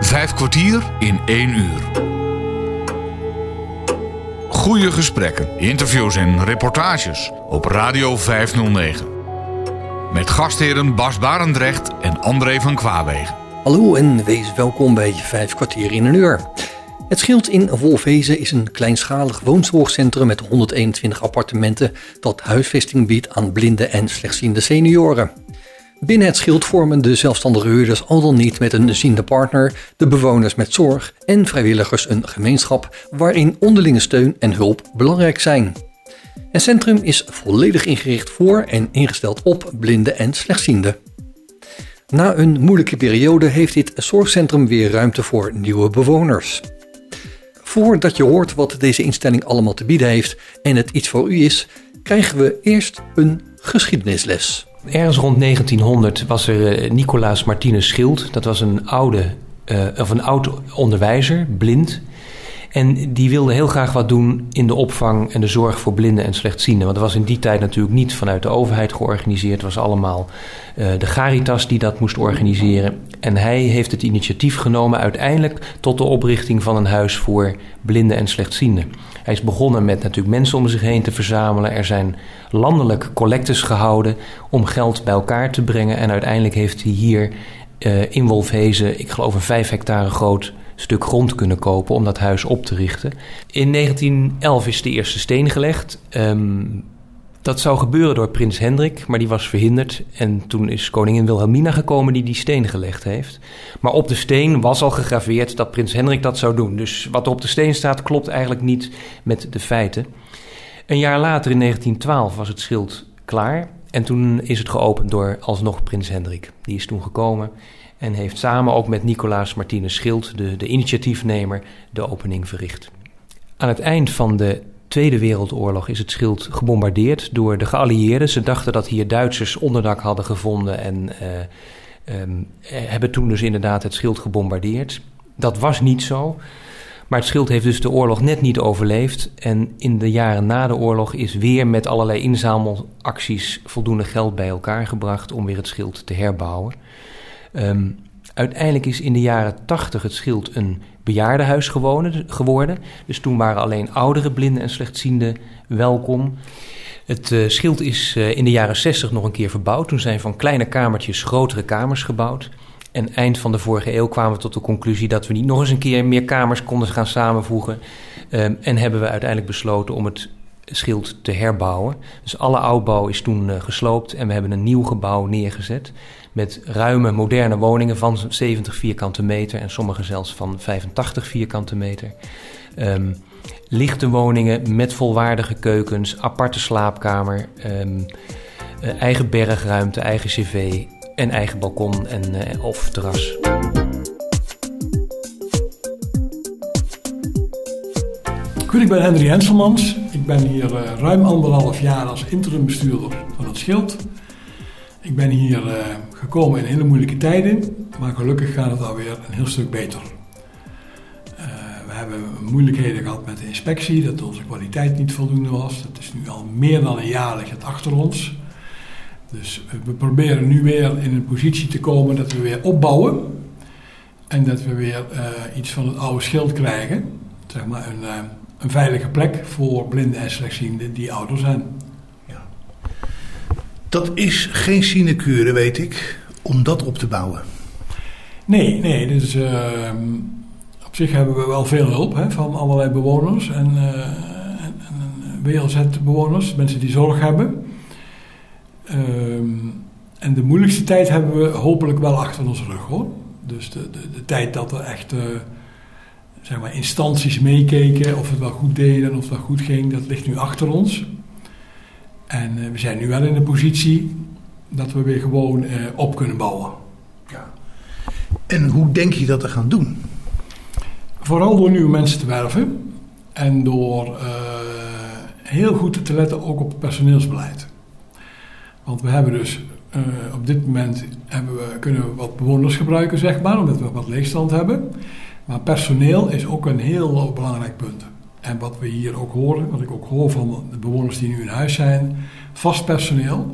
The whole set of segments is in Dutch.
5 kwartier in 1 uur. Goede gesprekken, interviews en reportages op Radio 509. Met gastheren Bas Barendrecht en André van Kwaabegen. Hallo en wees welkom bij 5 kwartier in 1 uur. Het Schild in Wolfezen is een kleinschalig woonzorgcentrum met 121 appartementen dat huisvesting biedt aan blinde en slechtziende senioren. Binnen het Schild vormen de zelfstandige huurders al dan niet met een ziende partner, de bewoners met zorg en vrijwilligers een gemeenschap waarin onderlinge steun en hulp belangrijk zijn. Het centrum is volledig ingericht voor en ingesteld op blinden en slechtzienden. Na een moeilijke periode heeft dit zorgcentrum weer ruimte voor nieuwe bewoners. Voordat je hoort wat deze instelling allemaal te bieden heeft en het iets voor u is, krijgen we eerst een geschiedenisles. Ergens rond 1900 was er Nicolaas Martinus Schild. Dat was een oud onderwijzer, blind. En die wilde heel graag wat doen in de opvang en de zorg voor blinden en slechtzienden. Want dat was in die tijd natuurlijk niet vanuit de overheid georganiseerd. Het was allemaal de Caritas die dat moest organiseren. En hij heeft het initiatief genomen uiteindelijk tot de oprichting van een huis voor blinden en slechtzienden. Hij is begonnen met natuurlijk mensen om zich heen te verzamelen. Er zijn landelijk collectes gehouden om geld bij elkaar te brengen. En uiteindelijk heeft hij hier in Wolfezen, ik geloof een 5 hectare groot stuk grond kunnen kopen om dat huis op te richten. In 1911 is de eerste steen gelegd. Dat zou gebeuren door prins Hendrik, maar die was verhinderd. En toen is koningin Wilhelmina gekomen die steen gelegd heeft. Maar op de steen was al gegraveerd dat prins Hendrik dat zou doen. Dus wat er op de steen staat klopt eigenlijk niet met de feiten. Een jaar later, in 1912, was het schild klaar. En toen is het geopend door alsnog prins Hendrik. Die is toen gekomen en heeft samen ook met Nicolaas Martinus Schild, de initiatiefnemer, de opening verricht. Aan het eind van de Tweede Wereldoorlog is het schild gebombardeerd door de geallieerden. Ze dachten dat hier Duitsers onderdak hadden gevonden en hebben toen dus inderdaad het schild gebombardeerd. Dat was niet zo, maar het schild heeft dus de oorlog net niet overleefd. En in de jaren na de oorlog is weer met allerlei inzamelacties voldoende geld bij elkaar gebracht om weer het schild te herbouwen. Uiteindelijk is in de jaren 80 het schild een bejaardenhuis geworden. Dus toen waren alleen oudere blinden en slechtzienden welkom. Het schild is in de jaren 60 nog een keer verbouwd. Toen zijn van kleine kamertjes grotere kamers gebouwd. En eind van de vorige eeuw kwamen we tot de conclusie dat we niet nog eens een keer meer kamers konden gaan samenvoegen. En hebben we uiteindelijk besloten om het schild te herbouwen. Dus alle oudbouw is toen gesloopt en we hebben een nieuw gebouw neergezet met ruime, moderne woningen van 70 vierkante meter en sommige zelfs van 85 vierkante meter. Lichte woningen met volwaardige keukens, aparte slaapkamer, eigen bergruimte, eigen cv en eigen balkon of terras. Goed, ik ben Henry Henselmans. Ik ben hier ruim 1,5 jaar als interimbestuurder van het Schild. Ik ben hier gekomen in hele moeilijke tijden, maar gelukkig gaat het alweer een heel stuk beter. We hebben moeilijkheden gehad met de inspectie, dat onze kwaliteit niet voldoende was. Dat is nu al meer dan een jaar ligt het achter ons. Dus we proberen nu weer in een positie te komen dat we weer opbouwen. En dat we weer iets van het oude Schild krijgen. Zeg maar een veilige plek voor blinden en slechtzienden die ouder zijn. Ja. Dat is geen sinecure, weet ik, om dat op te bouwen. Nee. Dus op zich hebben we wel veel hulp van allerlei bewoners en WLZ-bewoners, mensen die zorg hebben. En de moeilijkste tijd hebben we hopelijk wel achter onze rug, hoor. Dus de tijd dat er echt zeg maar instanties meekeken of het wel goed deden of het wel goed ging, dat ligt nu achter ons. En we zijn nu wel in de positie dat we weer gewoon op kunnen bouwen. Ja. En hoe denk je dat te gaan doen? Vooral door nieuwe mensen te werven en door heel goed te letten ook op het personeelsbeleid. Want we hebben dus op dit moment kunnen we wat bewoners gebruiken, zeg maar, omdat we wat leegstand hebben. Maar personeel is ook een heel belangrijk punt. En wat we hier ook horen, wat ik ook hoor van de bewoners die nu in huis zijn, vast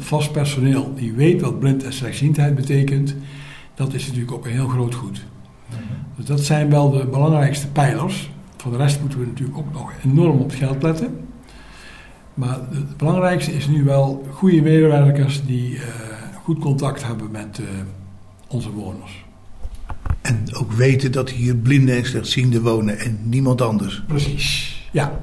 personeel die weet wat blind en slechtziendheid betekent, dat is natuurlijk ook een heel groot goed. Dus dat zijn wel de belangrijkste pijlers. Voor de rest moeten we natuurlijk ook nog enorm op het geld letten. Maar het belangrijkste is nu wel goede medewerkers die goed contact hebben met onze bewoners. En ook weten dat hier blinden en slechtzienden wonen en niemand anders. Precies, ja.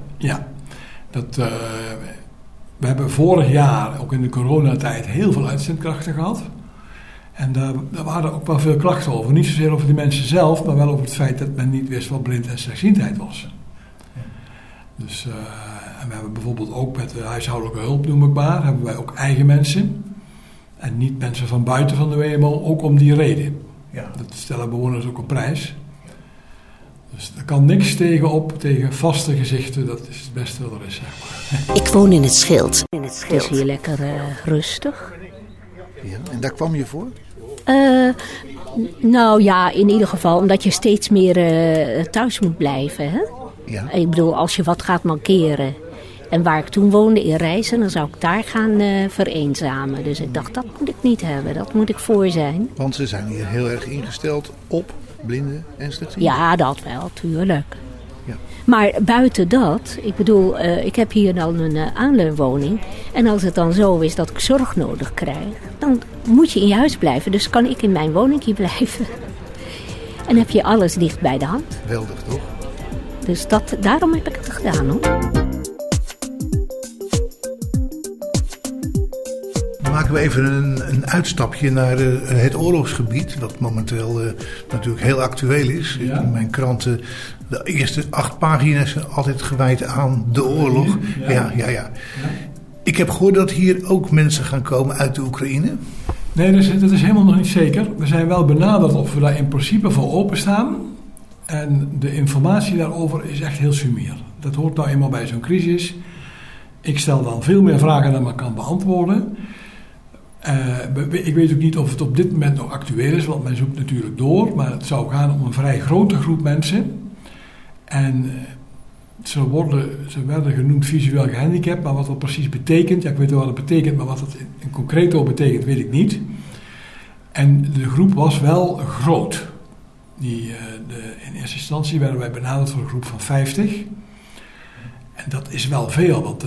We hebben vorig jaar, ook in de coronatijd, heel veel uitzendkrachten gehad. En daar waren ook wel veel klachten over. Niet zozeer over de mensen zelf, maar wel over het feit dat men niet wist wat blind en slechtziendheid was. Dus, en we hebben bijvoorbeeld ook met de huishoudelijke hulp, noem ik maar, hebben wij ook eigen mensen. En niet mensen van buiten van de WMO, ook om die reden. Ja. Dat stellen bewoners ook op prijs. Dus er kan niks tegen vaste gezichten, dat is het beste wat er is, zeg maar. Ik woon in het Schild. Het is hier lekker rustig. Ja, en daar kwam je voor? Nou ja, in ieder geval omdat je steeds meer thuis moet blijven. Hè? Ja. Ik bedoel, als je wat gaat mankeren. En waar ik toen woonde in Rijssen, dan zou ik daar gaan vereenzamen. Dus ik dacht, dat moet ik niet hebben, dat moet ik voor zijn. Want ze zijn hier heel erg ingesteld op blinden en slechtzienden. Ja, dat wel, tuurlijk. Ja. Maar buiten dat, ik bedoel, ik heb hier dan een aanleunwoning. En als het dan zo is dat ik zorg nodig krijg, dan moet je in je huis blijven. Dus kan ik in mijn woningje blijven. En heb je alles dicht bij de hand. Geweldig, toch? Dus daarom heb ik het gedaan, hoor. Maken we even een uitstapje naar het oorlogsgebied, dat momenteel natuurlijk heel actueel is. Ja. In mijn kranten, de eerste 8 pagina's zijn altijd gewijd aan de oorlog. Ja. Ik heb gehoord dat hier ook mensen gaan komen uit de Oekraïne. Nee, dat is helemaal nog niet zeker. We zijn wel benaderd of we daar in principe voor openstaan. En de informatie daarover is echt heel sumier. Dat hoort nou eenmaal bij zo'n crisis. Ik stel dan veel meer vragen dan ik kan beantwoorden. Ik weet ook niet of het op dit moment nog actueel is, want men zoekt natuurlijk door. Maar het zou gaan om een vrij grote groep mensen. En ze werden genoemd visueel gehandicapt, maar wat dat precies betekent, ja, ik weet wel wat het betekent, maar wat het in concreto betekent, weet ik niet. En de groep was wel groot. In eerste instantie werden wij benaderd voor een groep van 50. En dat is wel veel, want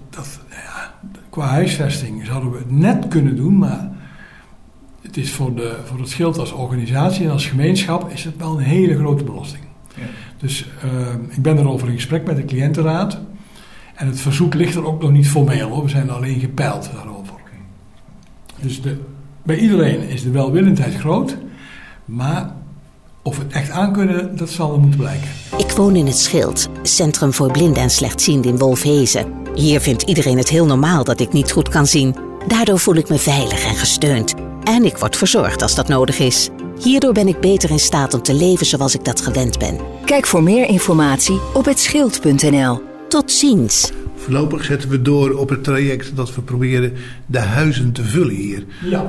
qua huisvesting zouden we het net kunnen doen, maar het is voor het Schild als organisatie en als gemeenschap is het wel een hele grote belasting. Ja. Dus ik ben erover in gesprek met de cliëntenraad en het verzoek ligt er ook nog niet formeel, hoor. We zijn alleen gepeild daarover. Okay. Dus bij iedereen is de welwillendheid groot, maar of we het echt aankunnen, dat zal er moeten blijken. Ik woon in het Schild, Centrum voor Blinden en Slechtzienden in Wolfhezen. Hier vindt iedereen het heel normaal dat ik niet goed kan zien. Daardoor voel ik me veilig en gesteund. En ik word verzorgd als dat nodig is. Hierdoor ben ik beter in staat om te leven zoals ik dat gewend ben. Kijk voor meer informatie op hetschild.nl. Tot ziens. Voorlopig zetten we door op het traject dat we proberen de huizen te vullen hier.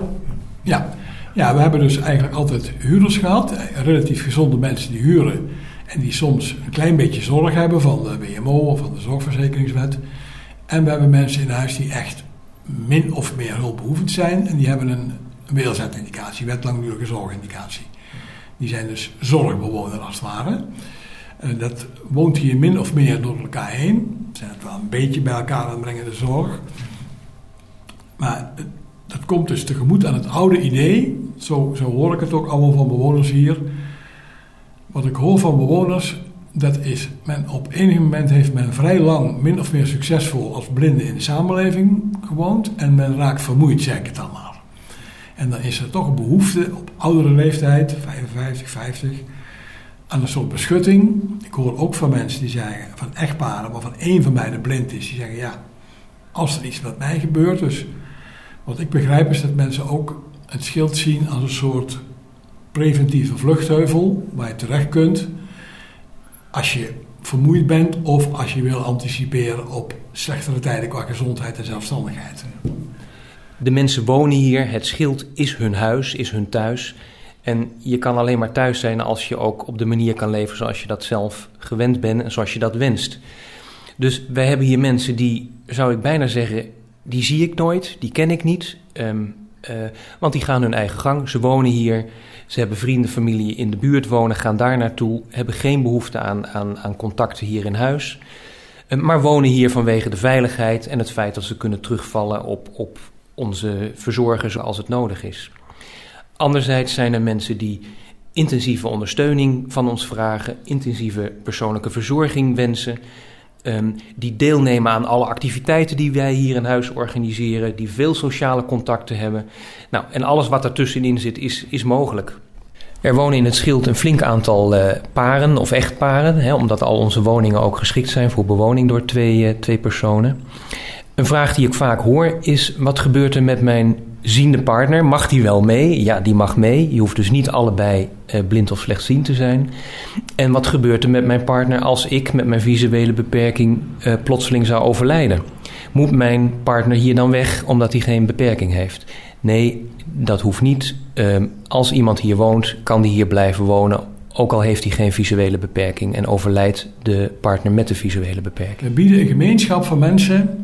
Ja, we hebben dus eigenlijk altijd huurders gehad. Relatief gezonde mensen die huren. En die soms een klein beetje zorg hebben van de WMO of van de zorgverzekeringswet. En we hebben mensen in huis die echt min of meer hulpbehoevend zijn. En die hebben een WLZ-indicatie, wet langdurige zorgindicatie. Die zijn dus zorgbewoner als het ware. Dat woont hier min of meer door elkaar heen. Ze zijn het wel een beetje bij elkaar aan het brengen, de zorg. Maar dat komt dus tegemoet aan het oude idee. Zo hoor ik het ook allemaal van bewoners hier. Wat ik hoor van bewoners, dat is, op enig moment heeft men vrij lang min of meer succesvol als blinde in de samenleving gewoond. En men raakt vermoeid, zeg ik het dan maar. En dan is er toch een behoefte op oudere leeftijd, 55, 50, aan een soort beschutting. Ik hoor ook van mensen die zeggen, van echtparen waarvan één van beiden blind is, die zeggen ja, als er iets met mij gebeurt. Dus wat ik begrijp is dat mensen ook het Schild zien als een soort preventieve vluchtheuvel waar je terecht kunt als je vermoeid bent of als je wil anticiperen op slechtere tijden qua gezondheid en zelfstandigheid. De mensen wonen hier, het Schild is hun huis, is hun thuis. En je kan alleen maar thuis zijn als je ook op de manier kan leven zoals je dat zelf gewend bent en zoals je dat wenst. Dus wij hebben hier mensen die, zou ik bijna zeggen, die zie ik nooit, die ken ik niet. Want die gaan hun eigen gang. Ze wonen hier. Ze hebben vrienden, familie in de buurt wonen. Gaan daar naartoe. Hebben geen behoefte aan contacten hier in huis. Maar wonen hier vanwege de veiligheid en het feit dat ze kunnen terugvallen op onze verzorger zoals het nodig is. Anderzijds zijn er mensen die intensieve ondersteuning van ons vragen, intensieve persoonlijke verzorging wensen, die deelnemen aan alle activiteiten die wij hier in huis organiseren, die veel sociale contacten hebben. Nou, en alles wat daartussenin zit is mogelijk. Er wonen in het Schild een flink aantal paren of echtparen, omdat al onze woningen ook geschikt zijn voor bewoning door twee personen. Een vraag die ik vaak hoor is, wat gebeurt er met mijn ziende partner? Mag die wel mee? Ja, die mag mee. Je hoeft dus niet allebei blind of slechtziend te zijn. En wat gebeurt er met mijn partner als ik met mijn visuele beperking plotseling zou overlijden? Moet mijn partner hier dan weg omdat hij geen beperking heeft? Nee, dat hoeft niet. Als iemand hier woont, kan die hier blijven wonen, ook al heeft hij geen visuele beperking en overlijdt de partner met de visuele beperking. We bieden een gemeenschap van mensen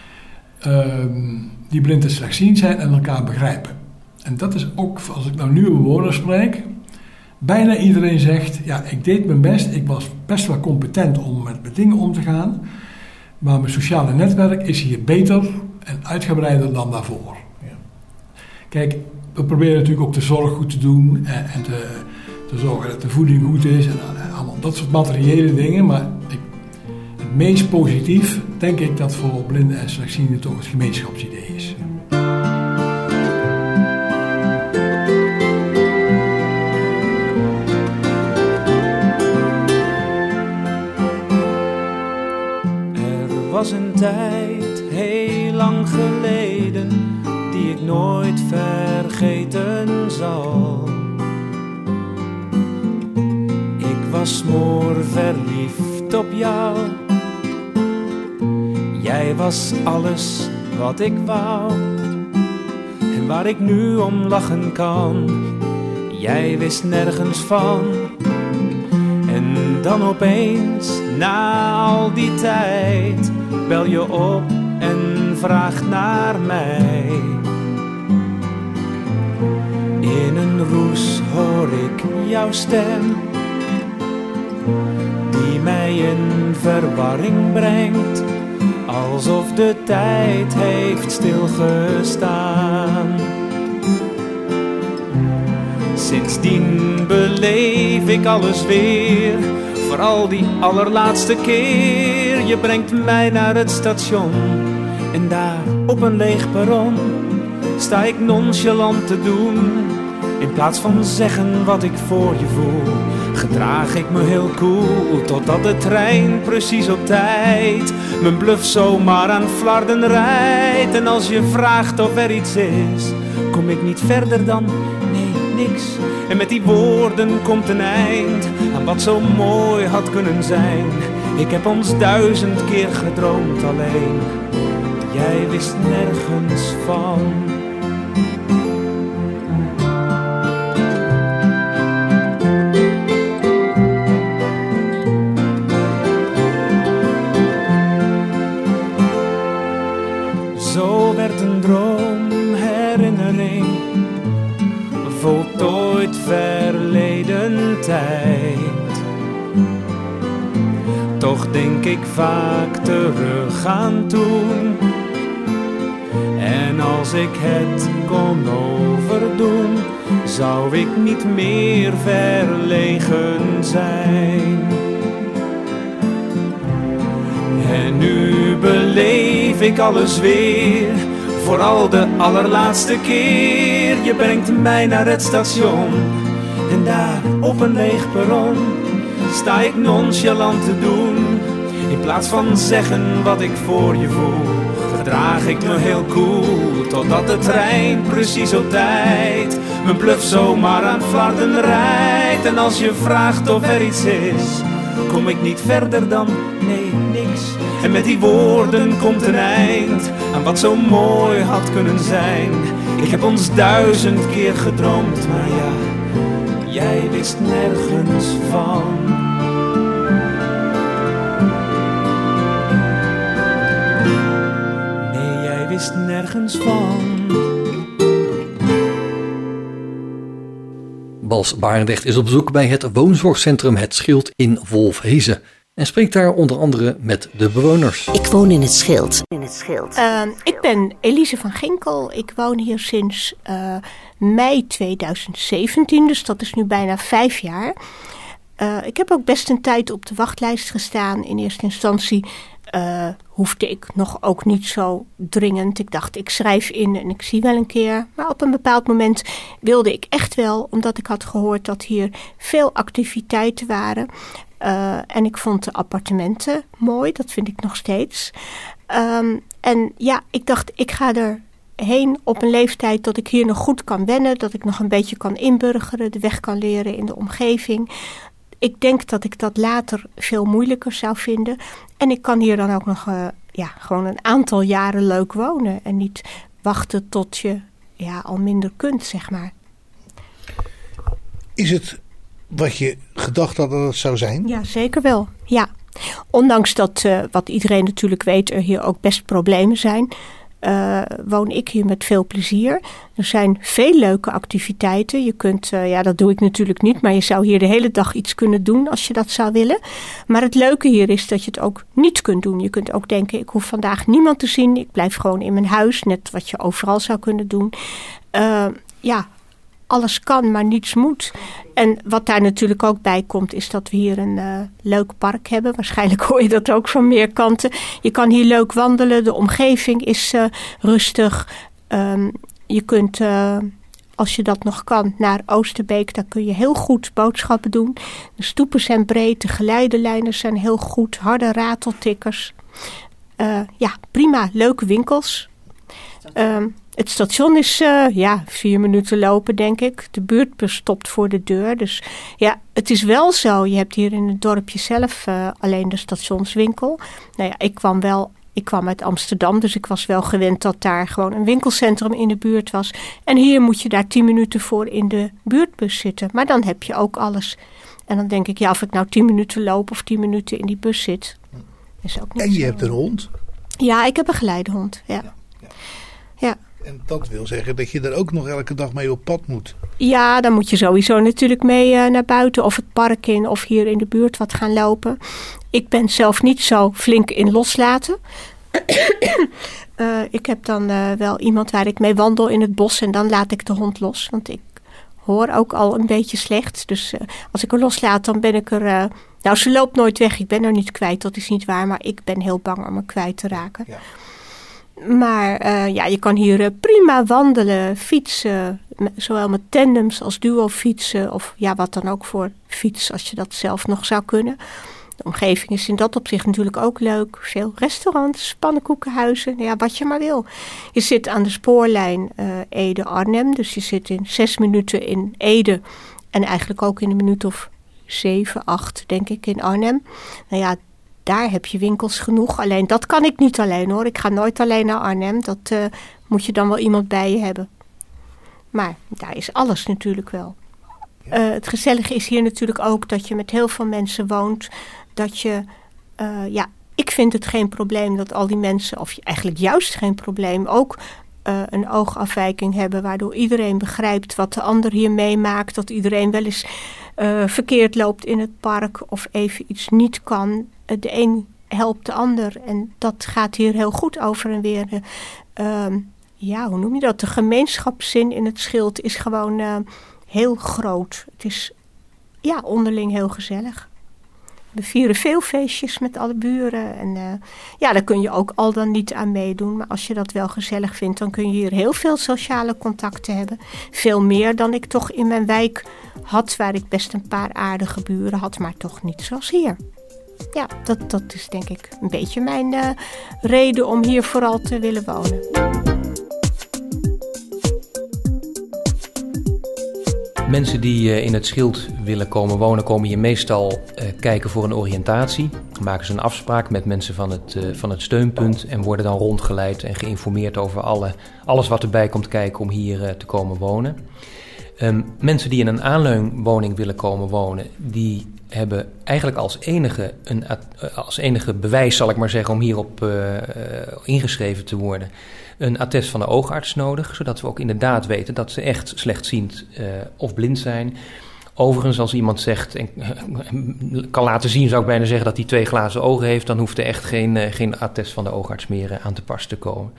die blind en slechtziend zijn en elkaar begrijpen. En dat is ook, als ik nou nieuwe bewoners spreek, bijna iedereen zegt, ja, ik deed mijn best, ik was best wel competent om met dingen om te gaan, maar mijn sociale netwerk is hier beter en uitgebreider dan daarvoor. Ja. Kijk, we proberen natuurlijk ook de zorg goed te doen en te zorgen dat de voeding goed is en allemaal dat soort materiële dingen, maar het meest positief denk ik dat voor blinden en slechtzienden toch het gemeenschapsidee is. Er was een tijd, heel lang geleden, die ik nooit vergeten zal. Ik was smoor verliefd op jou. Jij was alles wat ik wou en waar ik nu om lachen kan. Jij wist nergens van en dan opeens, na al die tijd, bel je op en vraagt naar mij. In een roes hoor ik jouw stem, die mij in verwarring brengt, alsof de tijd heeft stilgestaan. Sindsdien beleef ik alles weer, vooral die allerlaatste keer. Je brengt mij naar het station en daar op een leeg perron sta ik nonchalant te doen. In plaats van zeggen wat ik voor je voel, gedraag ik me heel cool, totdat de trein precies op tijd mijn bluff zomaar aan flarden rijdt. En als je vraagt of er iets is, kom ik niet verder dan nee, niks. En met die woorden komt een eind aan wat zo mooi had kunnen zijn. Ik heb ons 1000 keer gedroomd alleen, jij wist nergens van. Zo werd een droom herinnering, voltooid verleden tijd. Toch denk ik vaak terug aan toen, en als ik het kon overdoen, zou ik niet meer verlegen zijn. En nu beleef ik alles weer, vooral de allerlaatste keer. Je brengt mij naar het station en daar op een leeg perron sta ik nonchalant te doen. In plaats van zeggen wat ik voor je voel, gedraag ik me heel cool, totdat de trein precies op tijd mijn bluff zomaar aan flarden rijdt. En als je vraagt of er iets is, kom ik niet verder dan nee, niks. En met die woorden komt een eind aan wat zo mooi had kunnen zijn. Ik heb ons 1000 keer gedroomd, maar ja, jij wist nergens van. Nee, jij wist nergens van. Bas Barendrecht is op bezoek bij het woonzorgcentrum Het Schild in Wolfhezen. En spreekt daar onder andere met de bewoners. Ik woon in het Schild. Ik ben Elise van Ginkel. Ik woon hier sinds mei 2017, dus dat is nu bijna 5 jaar. Ik heb ook best een tijd op de wachtlijst gestaan. In eerste instantie hoefde ik nog ook niet zo dringend. Ik dacht, ik schrijf in en ik zie wel een keer. Maar op een bepaald moment wilde ik echt wel, omdat ik had gehoord dat hier veel activiteiten waren. En ik vond de appartementen mooi, dat vind ik nog steeds. En ja, ik dacht, ik ga erheen op een leeftijd dat ik hier nog goed kan wennen. Dat ik nog een beetje kan inburgeren, de weg kan leren in de omgeving. Ik denk dat ik dat later veel moeilijker zou vinden. En ik kan hier dan ook nog gewoon een aantal jaren leuk wonen. En niet wachten tot je al minder kunt, zeg maar. Is het wat je gedacht had dat het zou zijn? Ja, zeker wel. Ja. Ondanks dat, wat iedereen natuurlijk weet, er hier ook best problemen zijn, woon ik hier met veel plezier. Er zijn veel leuke activiteiten. Je kunt, dat doe ik natuurlijk niet, maar je zou hier de hele dag iets kunnen doen als je dat zou willen. Maar het leuke hier is dat je het ook niet kunt doen. Je kunt ook denken, ik hoef vandaag niemand te zien. Ik blijf gewoon in mijn huis, net wat je overal zou kunnen doen. Alles kan, maar niets moet. En wat daar natuurlijk ook bij komt, is dat we hier een leuk park hebben. Waarschijnlijk hoor je dat ook van meer kanten. Je kan hier leuk wandelen. De omgeving is rustig. Je kunt, als je dat nog kan, naar Oosterbeek. Daar kun je heel goed boodschappen doen. De stoepen zijn breed. De geleidelijnen zijn heel goed. Harde rateltikkers. Prima. Leuke winkels. Het station is 4 minuten lopen, denk ik. De buurtbus stopt voor de deur. Dus ja, het is wel zo. Je hebt hier in het dorpje zelf alleen de stationswinkel. Ik kwam uit Amsterdam, dus ik was wel gewend dat daar gewoon een winkelcentrum in de buurt was. En hier moet je daar 10 minuten voor in de buurtbus zitten. Maar dan heb je ook alles. En dan denk ik, of ik nou 10 minuten loop of 10 minuten in die bus zit. Is ook niet en je zo. hebt een hond? Ja, ik heb een geleidehond, ja. En dat wil zeggen dat je er ook nog elke dag mee op pad moet. Ja, dan moet je sowieso natuurlijk mee naar buiten of het park in of hier in de buurt wat gaan lopen. Ik ben zelf niet zo flink in loslaten. Ik heb dan wel iemand waar ik mee wandel in het bos en dan laat ik de hond los. Want ik hoor ook al een beetje slecht. Dus als ik haar loslaat, dan ben ik er... ze loopt nooit weg. Ik ben er niet kwijt, dat is niet waar. Maar ik ben heel bang om haar kwijt te raken. Ja. Maar je kan hier prima wandelen, fietsen, zowel met tandems als duo fietsen of wat dan ook voor fiets als je dat zelf nog zou kunnen. De omgeving is in dat opzicht natuurlijk ook leuk. Veel restaurants, pannenkoekenhuizen, wat je maar wil. Je zit aan de spoorlijn Ede-Arnhem, dus je zit in 6 minuten in Ede en eigenlijk ook in een minuut of 7, 8 denk ik in Arnhem. Daar heb je winkels genoeg. Alleen dat kan ik niet alleen hoor. Ik ga nooit alleen naar Arnhem. Dat moet je dan wel iemand bij je hebben. Maar daar is alles natuurlijk wel. Het gezellige is hier natuurlijk ook dat je met heel veel mensen woont. Dat je, ik vind het geen probleem dat al die mensen, of eigenlijk juist geen probleem, ook een oogafwijking hebben. Waardoor iedereen begrijpt wat de ander hier meemaakt. Dat iedereen wel eens verkeerd loopt in het park of even iets niet kan. De een helpt de ander en dat gaat hier heel goed over en weer. Hoe noem je dat? De gemeenschapszin in het Schild is gewoon heel groot. Het is onderling heel gezellig. We vieren veel feestjes met alle buren. En daar kun je ook al dan niet aan meedoen. Maar als je dat wel gezellig vindt, dan kun je hier heel veel sociale contacten hebben. Veel meer dan ik toch in mijn wijk had, waar ik best een paar aardige buren had, maar toch niet zoals hier. Ja, dat is denk ik een beetje mijn reden om hier vooral te willen wonen. Mensen die in het Schild willen komen wonen, komen hier meestal kijken voor een oriëntatie. Dan maken ze een afspraak met mensen van het steunpunt en worden dan rondgeleid en geïnformeerd over alles wat erbij komt kijken om hier te komen wonen. Mensen die in een aanleunwoning willen komen wonen, die hebben eigenlijk als enige bewijs, zal ik maar zeggen, om hierop ingeschreven te worden, een attest van de oogarts nodig, zodat we ook inderdaad weten dat ze echt slechtziend of blind zijn. Overigens, als iemand zegt en kan laten zien, zou ik bijna zeggen dat hij 2 glazen ogen heeft, dan hoeft er echt geen attest van de oogarts meer aan te pas te komen.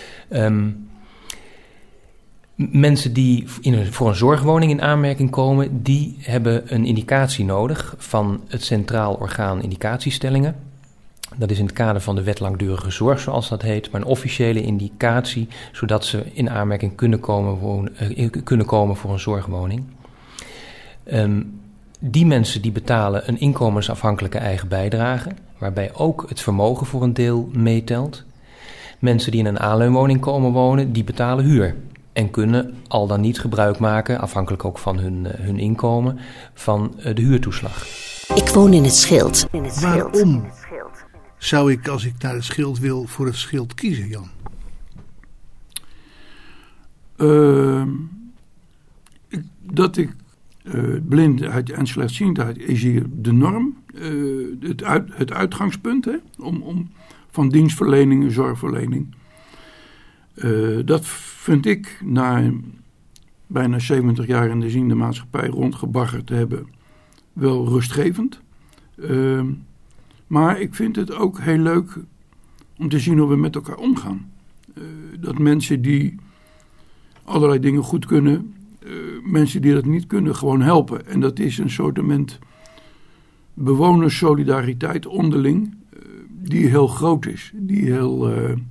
Mensen die voor een zorgwoning in aanmerking komen, die hebben een indicatie nodig van het Centraal Orgaan Indicatiestellingen. Dat is in het kader van de wet langdurige zorg, zoals dat heet, maar een officiële indicatie, zodat ze in aanmerking kunnen komen voor een zorgwoning. Die mensen die betalen een inkomensafhankelijke eigen bijdrage, waarbij ook het vermogen voor een deel meetelt. Mensen die in een aanleunwoning komen wonen, die betalen huur. En kunnen al dan niet gebruik maken, afhankelijk ook van hun inkomen, van de huurtoeslag. Ik woon in het Schild. Waarom zou ik, als ik naar het Schild wil, voor het Schild kiezen, Jan? Dat ik blindheid en slechtziendheid is hier de norm. Het uitgangspunt, hè, om van dienstverlening en zorgverlening. Dat vind ik na bijna 70 jaar in de ziende maatschappij rondgebaggerd te hebben wel rustgevend. Maar ik vind het ook heel leuk om te zien hoe we met elkaar omgaan. Dat mensen die allerlei dingen goed kunnen, mensen die dat niet kunnen, gewoon helpen. En dat is een soortement bewonerssolidariteit onderling, die heel groot is. Die heel,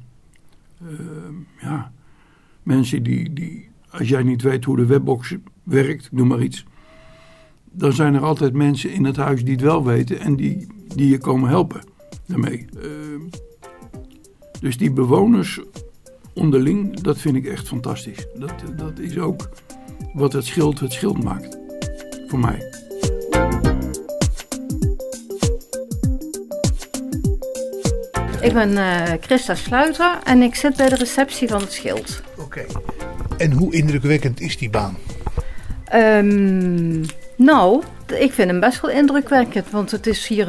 mensen die, als jij niet weet hoe de webbox werkt, noem maar iets, dan zijn er altijd mensen in het huis die het wel weten en die je komen helpen daarmee. Dus die bewoners onderling, dat vind ik echt fantastisch. Dat is ook wat het schild maakt. Voor mij. Ik ben Christa Sluiter en ik zit bij de receptie van het Schild. Oké. En hoe indrukwekkend is die baan? Nou, ik vind hem best wel indrukwekkend. Want het is hier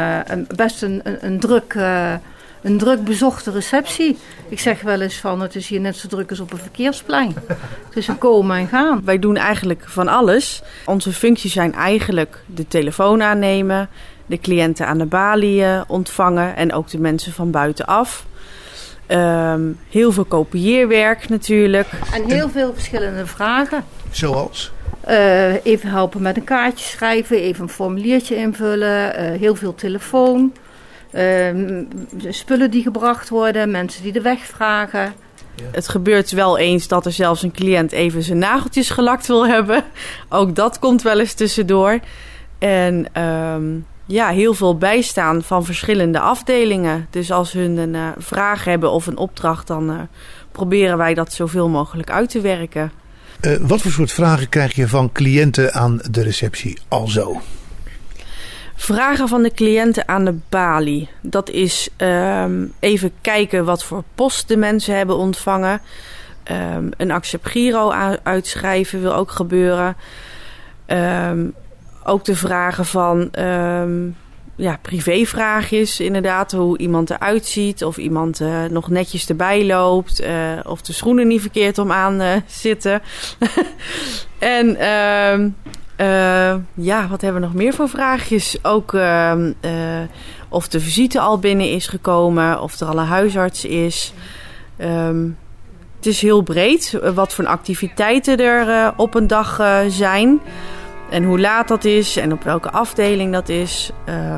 een druk bezochte receptie. Ik zeg wel eens van, het is hier net zo druk als op een verkeersplein. Het is een komen en gaan. Wij doen eigenlijk van alles. Onze functies zijn eigenlijk de telefoon aannemen, de cliënten aan de balie ontvangen en ook de mensen van buitenaf. Heel veel kopieerwerk natuurlijk. En heel veel verschillende vragen. Zoals? Even helpen met een kaartje schrijven, even een formuliertje invullen, heel veel telefoon. Spullen die gebracht worden, mensen die de weg vragen. Ja. Het gebeurt wel eens dat er zelfs een cliënt even zijn nageltjes gelakt wil hebben. Ook dat komt wel eens tussendoor. En heel veel bijstaan van verschillende afdelingen. Dus als hun een vraag hebben of een opdracht, dan proberen wij dat zoveel mogelijk uit te werken. Wat voor soort vragen krijg je van cliënten aan de receptie alzo? Vragen van de cliënten aan de balie. Dat is even kijken wat voor post de mensen hebben ontvangen. Een accept giro uitschrijven wil ook gebeuren. Ook de vragen van privévraagjes inderdaad. Hoe iemand eruit ziet. Of iemand nog netjes erbij loopt. Of de schoenen niet verkeerd om aan zitten. En wat hebben we nog meer voor vraagjes? Ook of de visite al binnen is gekomen. Of er al een huisarts is. Het is heel breed. Wat voor activiteiten er op een dag zijn. En hoe laat dat is. En op welke afdeling dat is.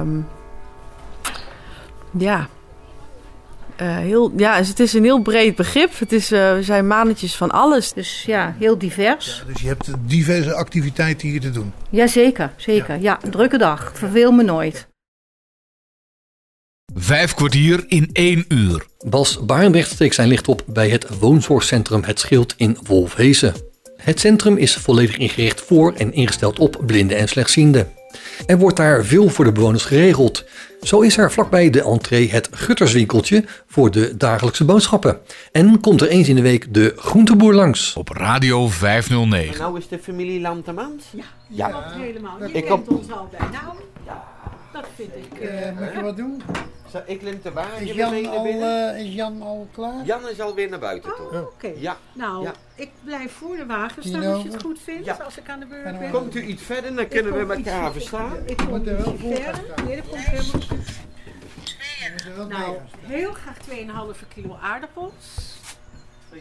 Het is een heel breed begrip. We zijn mannetjes van alles. Dus ja, heel divers. Ja, dus je hebt diverse activiteiten hier te doen. Ja, zeker. Ja, een drukke dag. Verveel me nooit. 5 kwartier in 1 uur. Bas Barendrecht steekt zijn licht op bij het woonzorgcentrum Het Schild in Wolfhezen. Het centrum is volledig ingericht voor en ingesteld op blinden en slechtzienden. Er wordt daar veel voor de bewoners geregeld. Zo is er vlakbij de entree het Gutterswinkeltje voor de dagelijkse boodschappen. En komt er eens in de week de groenteboer langs. Op Radio 509. En nou is de familie Lantemans? Ja, helemaal. Je kent ons al bij naam. Dat vind ik. Moet je wat doen? Ik neem de wagen Is mee naar binnen. Is Jan al klaar? Jan is alweer naar buiten toe. Oké. Ja. Nou, ik blijf voor de wagen staan als je het goed vindt. Als ik aan de beurt ben. Komt u iets verder, dan kunnen we elkaar verstaan. Ik kom er wel verder. Nee, dat komt helemaal goed. Nou, heel graag 2,5 kilo aardappels. 2,5?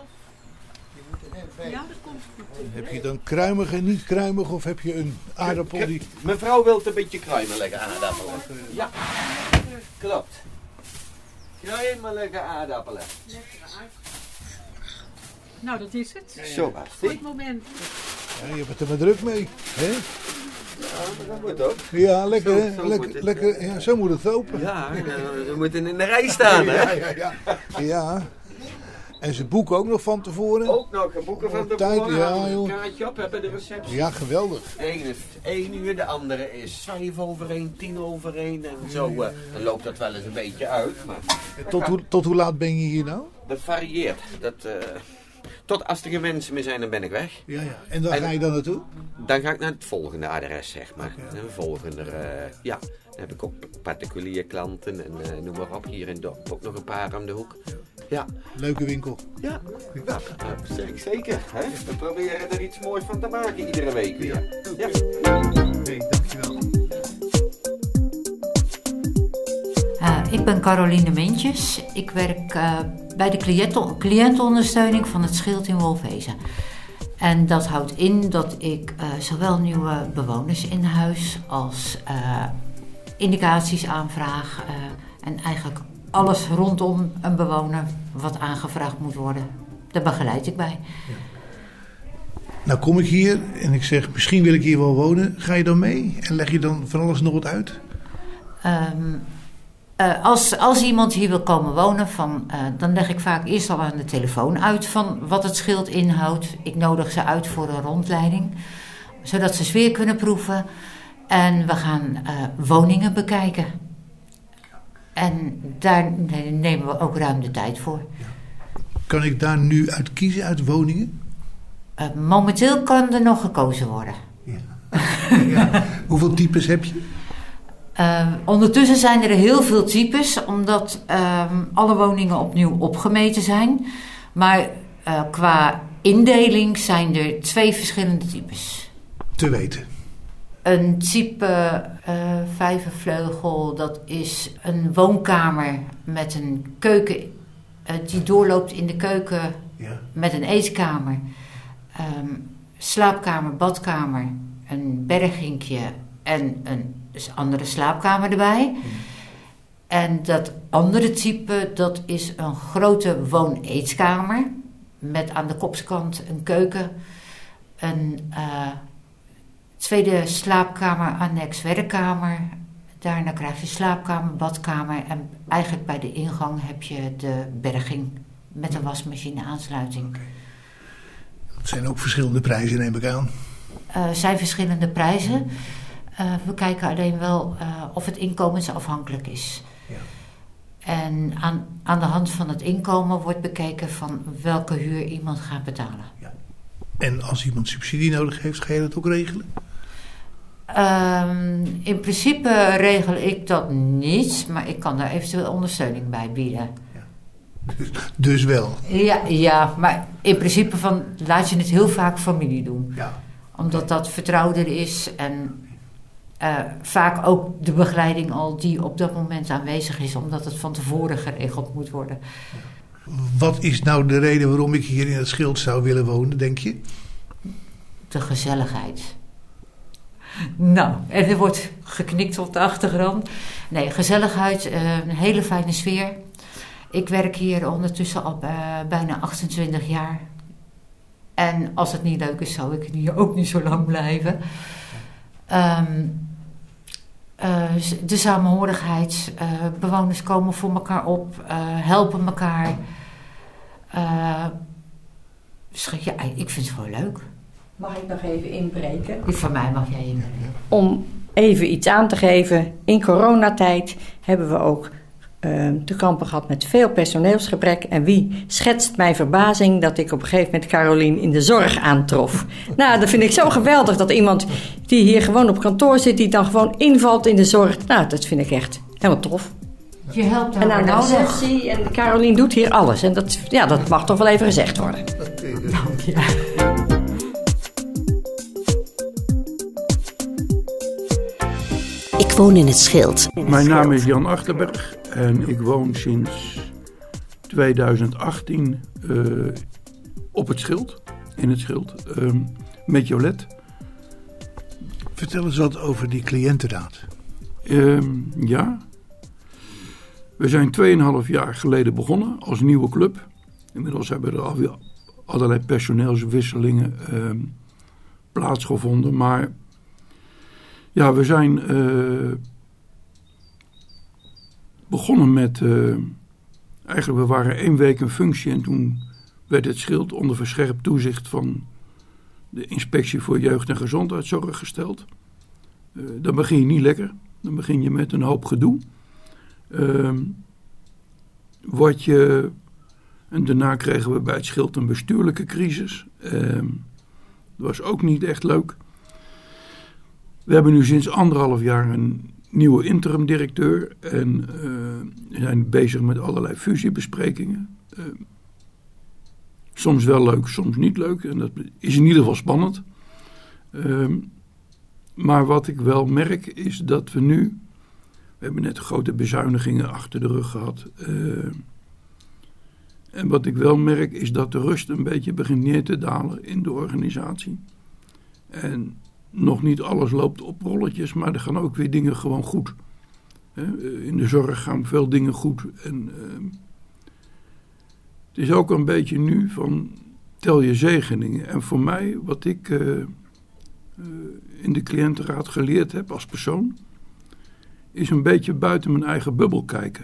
Ja, dat komt goed. Heb je dan kruimig en niet kruimig of heb je een aardappel die... Mevrouw wil een beetje kruimelige aardappelen. Ja, klopt. Kruimelige aardappelen. Lekkere aardappelen. Nou, dat is het. Zo was het. Goed moment. Ja, je hebt het er maar druk mee. Hè? Ja, dat moet ook. Ja, lekker hè? Zo lekker, ja, zo moet het lopen. Ja, we moeten in de rij staan hè. Ja. En ze boeken ook nog van tevoren. Ook nog boeken van tevoren. Ja, een kaartje op, hebben de receptie. Ja, geweldig. De ene is 1 uur, de andere is 1:05, 1:10 en zo. Dan loopt dat wel eens een beetje uit. Maar Tot hoe laat ben je hier nou? dat varieert. Tot als er geen mensen meer zijn, dan ben ik weg. Ja. En dan ga je dan naartoe? Dan ga ik naar het volgende adres, zeg maar. Okay. Een volgende, dan heb ik ook particuliere klanten en noem maar op. Hier in het dorp ook nog een paar aan de hoek. Ja. Leuke winkel. Ja, dat zeg ik zeker. Hè? We proberen er iets moois van te maken iedere week weer. Ja. Hey, dankjewel. Ik ben Caroline Mintjes. Ik werk bij de cliëntenondersteuning van het Schild in Wolfezen. En dat houdt in dat ik zowel nieuwe bewoners in huis als indicaties aanvraag. En eigenlijk alles rondom een bewoner wat aangevraagd moet worden. Daar begeleid ik bij. Ja. Nou kom ik hier en ik zeg, misschien wil ik hier wel wonen. Ga je dan mee? En leg je dan van alles nog wat uit? Als iemand hier wil komen wonen, dan leg ik vaak eerst al aan de telefoon uit van wat het schild inhoudt. Ik nodig ze uit voor een rondleiding, zodat ze sfeer kunnen proeven. En we gaan woningen bekijken. En daar nemen we ook ruim de tijd voor. Kan ik daar nu uit kiezen, uit woningen? Momenteel kan er nog gekozen worden. Ja. Hoeveel types heb je? Ondertussen zijn er heel veel types, omdat alle woningen opnieuw opgemeten zijn. Maar qua indeling zijn er 2 verschillende types. Te weten. Een type vijvervleugel, dat is een woonkamer met een keuken die doorloopt in de keuken met een eetkamer. Slaapkamer, badkamer, een bergingje en een andere slaapkamer erbij. En dat andere type, dat is een grote woon-eetkamer met aan de kopskant een keuken, een tweede slaapkamer, annex werkkamer. Daarna krijg je slaapkamer, badkamer en eigenlijk bij de ingang heb je de berging met een wasmachine aansluiting. Okay. Dat zijn ook verschillende prijzen, neem ik aan. Zijn verschillende prijzen. We kijken alleen wel of het inkomensafhankelijk is. Ja. En aan de hand van het inkomen wordt bekeken van welke huur iemand gaat betalen. Ja. En als iemand subsidie nodig heeft, ga je dat ook regelen? In principe regel ik dat niet, maar ik kan daar eventueel ondersteuning bij bieden. Ja. Dus wel? Ja, maar in principe laat je het heel vaak familie doen. Ja. Omdat dat vertrouwder is en vaak ook de begeleiding al die op dat moment aanwezig is, omdat het van tevoren geregeld moet worden. Wat is nou de reden waarom ik hier in het Schild zou willen wonen, denk je? De gezelligheid. Nou, en er wordt geknikt op de achtergrond. Nee, gezelligheid, een hele fijne sfeer. Ik werk hier ondertussen al bijna 28 jaar. En als het niet leuk is, zou ik hier ook niet zo lang blijven. De samenhorigheid. Bewoners komen voor elkaar op. Helpen elkaar. Ja, ik vind het gewoon leuk. Mag ik nog even inbreken? Van mij mag jij inbreken. Om even iets aan te geven. In coronatijd hebben we ook te kampen gehad met veel personeelsgebrek. En wie schetst mijn verbazing dat ik op een gegeven moment Carolien in de zorg aantrof. Nou, dat vind ik zo geweldig dat iemand die hier gewoon op kantoor zit, die dan gewoon invalt in de zorg. Nou, dat vind ik echt helemaal tof. Je helpt en aan de receptie en Carolien doet hier alles. En dat mag toch wel even gezegd worden. Dank je. Ik woon in het Schild. Mijn naam is Jan Achterberg en ik woon sinds 2018 op het Schild, in het Schild, met Jolette. Vertel eens wat over die cliëntenraad. Ja, we zijn 2,5 jaar geleden begonnen als nieuwe club. Inmiddels hebben er alweer allerlei personeelswisselingen plaatsgevonden, maar ja, we zijn begonnen met, eigenlijk we waren 1 week in functie en toen werd het Schild onder verscherpt toezicht van de Inspectie voor Jeugd- en Gezondheidszorg gesteld. Dan begin je niet lekker, dan begin je met een hoop gedoe. En daarna kregen we bij het Schild een bestuurlijke crisis. Dat was ook niet echt leuk. We hebben nu sinds 1,5 jaar een nieuwe interim-directeur en we zijn bezig met allerlei fusiebesprekingen. Soms wel leuk, soms niet leuk en dat is in ieder geval spannend. Maar wat ik wel merk is dat we hebben net grote bezuinigingen achter de rug gehad. En wat ik wel merk is dat de rust een beetje begint neer te dalen in de organisatie. En nog niet alles loopt op rolletjes, maar er gaan ook weer dingen gewoon goed. In de zorg gaan veel dingen goed. En het is ook een beetje nu van tel je zegeningen. En voor mij, wat ik in de cliëntenraad geleerd heb als persoon, is een beetje buiten mijn eigen bubbel kijken.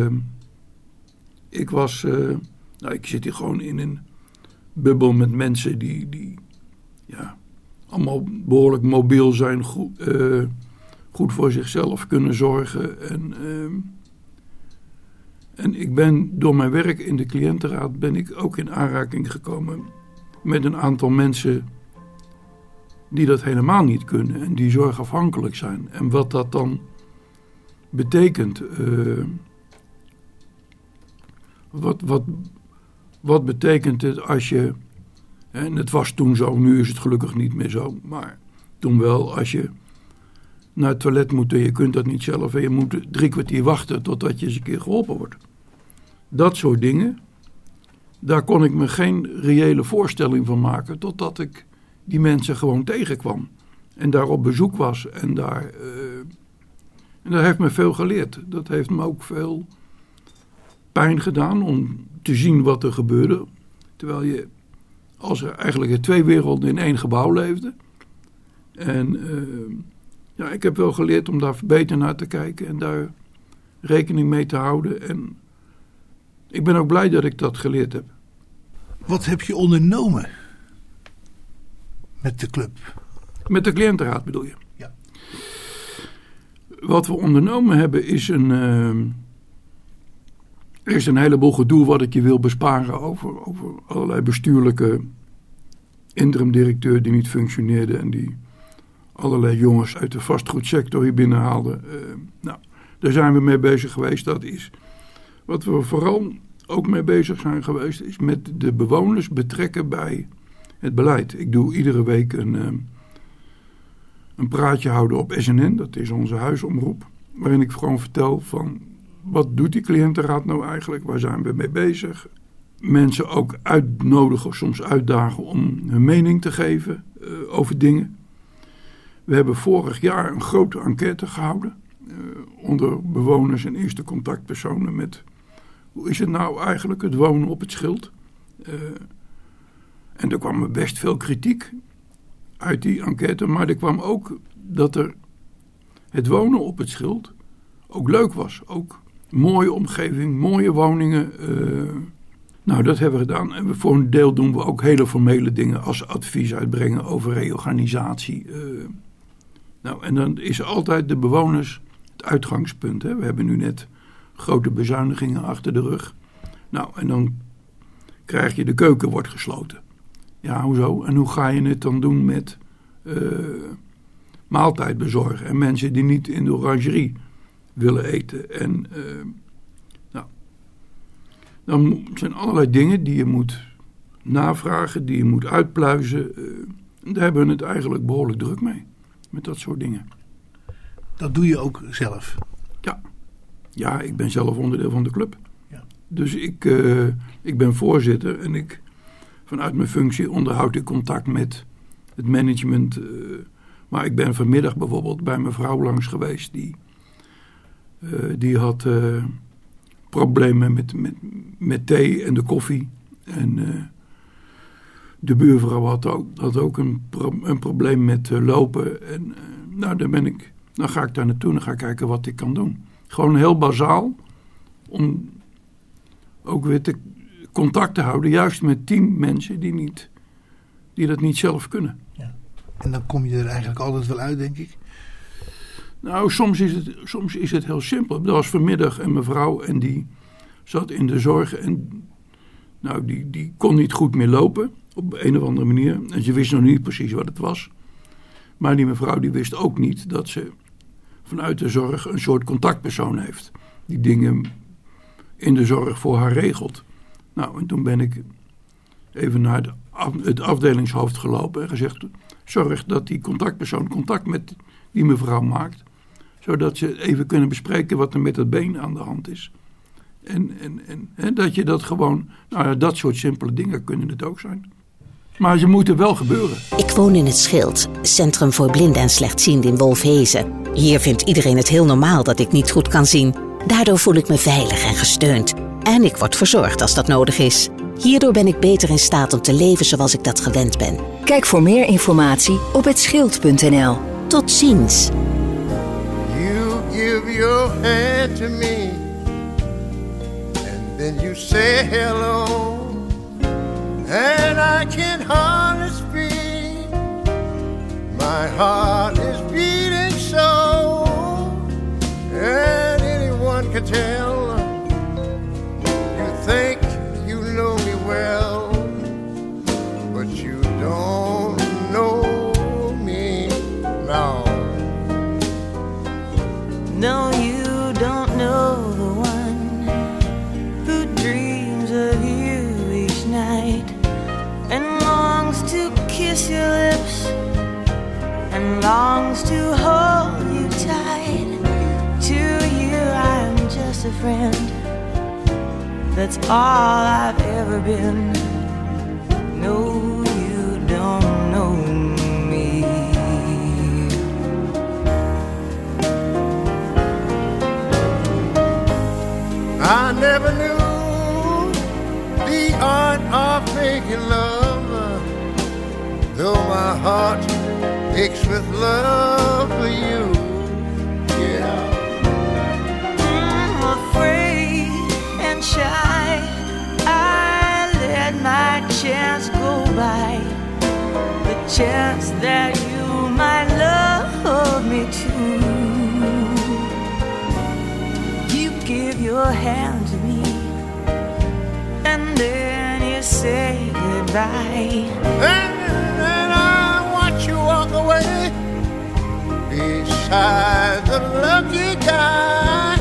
Ik zit hier gewoon in een bubbel met mensen die allemaal behoorlijk mobiel zijn, goed voor zichzelf kunnen zorgen. En ik ben door mijn werk in de cliëntenraad ben ik ook in aanraking gekomen met een aantal mensen die dat helemaal niet kunnen en die zorgafhankelijk zijn. En wat dat dan betekent. Wat betekent het als je, en het was toen zo, nu is het gelukkig niet meer zo, maar toen wel, als je naar het toilet moet en je kunt dat niet zelf en je moet 3 kwartier wachten totdat je eens een keer geholpen wordt. Dat soort dingen, daar kon ik me geen reële voorstelling van maken totdat ik die mensen gewoon tegenkwam en daar op bezoek was en dat heeft me veel geleerd. Dat heeft me ook veel pijn gedaan om te zien wat er gebeurde. Terwijl als er eigenlijk 2 werelden in 1 gebouw leefden. En ik heb wel geleerd om daar beter naar te kijken en daar rekening mee te houden. En ik ben ook blij dat ik dat geleerd heb. Wat heb je ondernomen met de club? Met de cliëntenraad bedoel je? Ja. Wat we ondernomen hebben is er is een heleboel gedoe wat ik je wil besparen over allerlei bestuurlijke interim-directeur die niet functioneerde en die allerlei jongens uit de vastgoedsector hier binnenhaalden. Daar zijn we mee bezig geweest. Dat is wat we vooral ook mee bezig zijn geweest, is met de bewoners betrekken bij het beleid. Ik doe iedere week een praatje houden op SNN, dat is onze huisomroep, waarin ik gewoon vertel van wat doet die cliëntenraad nou eigenlijk, waar zijn we mee bezig. Mensen ook uitnodigen of soms uitdagen om hun mening te geven over dingen. We hebben vorig jaar een grote enquête gehouden onder bewoners en eerste contactpersonen met hoe is het nou eigenlijk het wonen op het Schild. En er kwam best veel kritiek uit die enquête, maar er kwam ook dat het wonen op het Schild ook leuk was. Ook mooie omgeving, mooie woningen. Dat hebben we gedaan. En voor een deel doen we ook hele formele dingen als advies uitbrengen over reorganisatie. En dan is altijd de bewoners het uitgangspunt. Hè. We hebben nu net grote bezuinigingen achter de rug. Nou, en dan krijg je de keuken wordt gesloten. Ja, hoezo? En hoe ga je het dan doen met maaltijd bezorgen en mensen die niet in de orangerie willen eten? En dan zijn allerlei dingen die je moet navragen, die je moet uitpluizen. Daar hebben we het eigenlijk behoorlijk druk mee, met dat soort dingen. Dat doe je ook zelf? Ja, ik ben zelf onderdeel van de club. Ja. Dus ik ben voorzitter en vanuit mijn functie onderhoud ik contact met het management. Maar ik ben vanmiddag bijvoorbeeld bij mijn vrouw langs geweest. Die had problemen met thee en de koffie. En de buurvrouw had ook een probleem met lopen. En dan ga ik daar naartoe en ga kijken wat ik kan doen. Gewoon heel bazaal. Om ook weer contact te houden. Juist met 10 mensen die dat niet zelf kunnen. Ja. En dan kom je er eigenlijk altijd wel uit, denk ik. Nou, soms is het heel simpel. Dat was vanmiddag een mevrouw en die zat in de zorg. En die kon niet goed meer lopen. Op een of andere manier. En ze wist nog niet precies wat het was. Maar die mevrouw die wist ook niet dat ze vanuit de zorg een soort contactpersoon heeft. Die dingen in de zorg voor haar regelt. Nou, en toen ben ik even naar het afdelingshoofd gelopen en gezegd: zorg dat die contactpersoon contact met die mevrouw maakt. Zodat ze even kunnen bespreken wat er met het been aan de hand is. En dat je dat gewoon, dat soort simpele dingen kunnen het ook zijn. Maar ze moeten wel gebeuren. Ik woon in het Schild, Centrum voor Blinden en Slechtzienden in Wolfhezen. Hier vindt iedereen het heel normaal dat ik niet goed kan zien. Daardoor voel ik me veilig en gesteund. En ik word verzorgd als dat nodig is. Hierdoor ben ik beter in staat om te leven zoals ik dat gewend ben. Kijk voor meer informatie op hetSchild.nl. Tot ziens. You give your hand to me and then you say hello and I can hardly speak. My heart is beating so and anyone can tell. You think you know me well, but you don't know me now. No, you don't know the one who dreams of you each night and longs to kiss your lips and longs to hold you tight. To you I'm just a friend. That's all I've ever been. No, you don't know me. I never knew the art of making love, though my heart aches with love for you. Yeah. I'm afraid and shy. I let my chance go by. The chance that you might love me too. You give your hand to me and then you say goodbye. And I watch you walk away beside the lucky guy.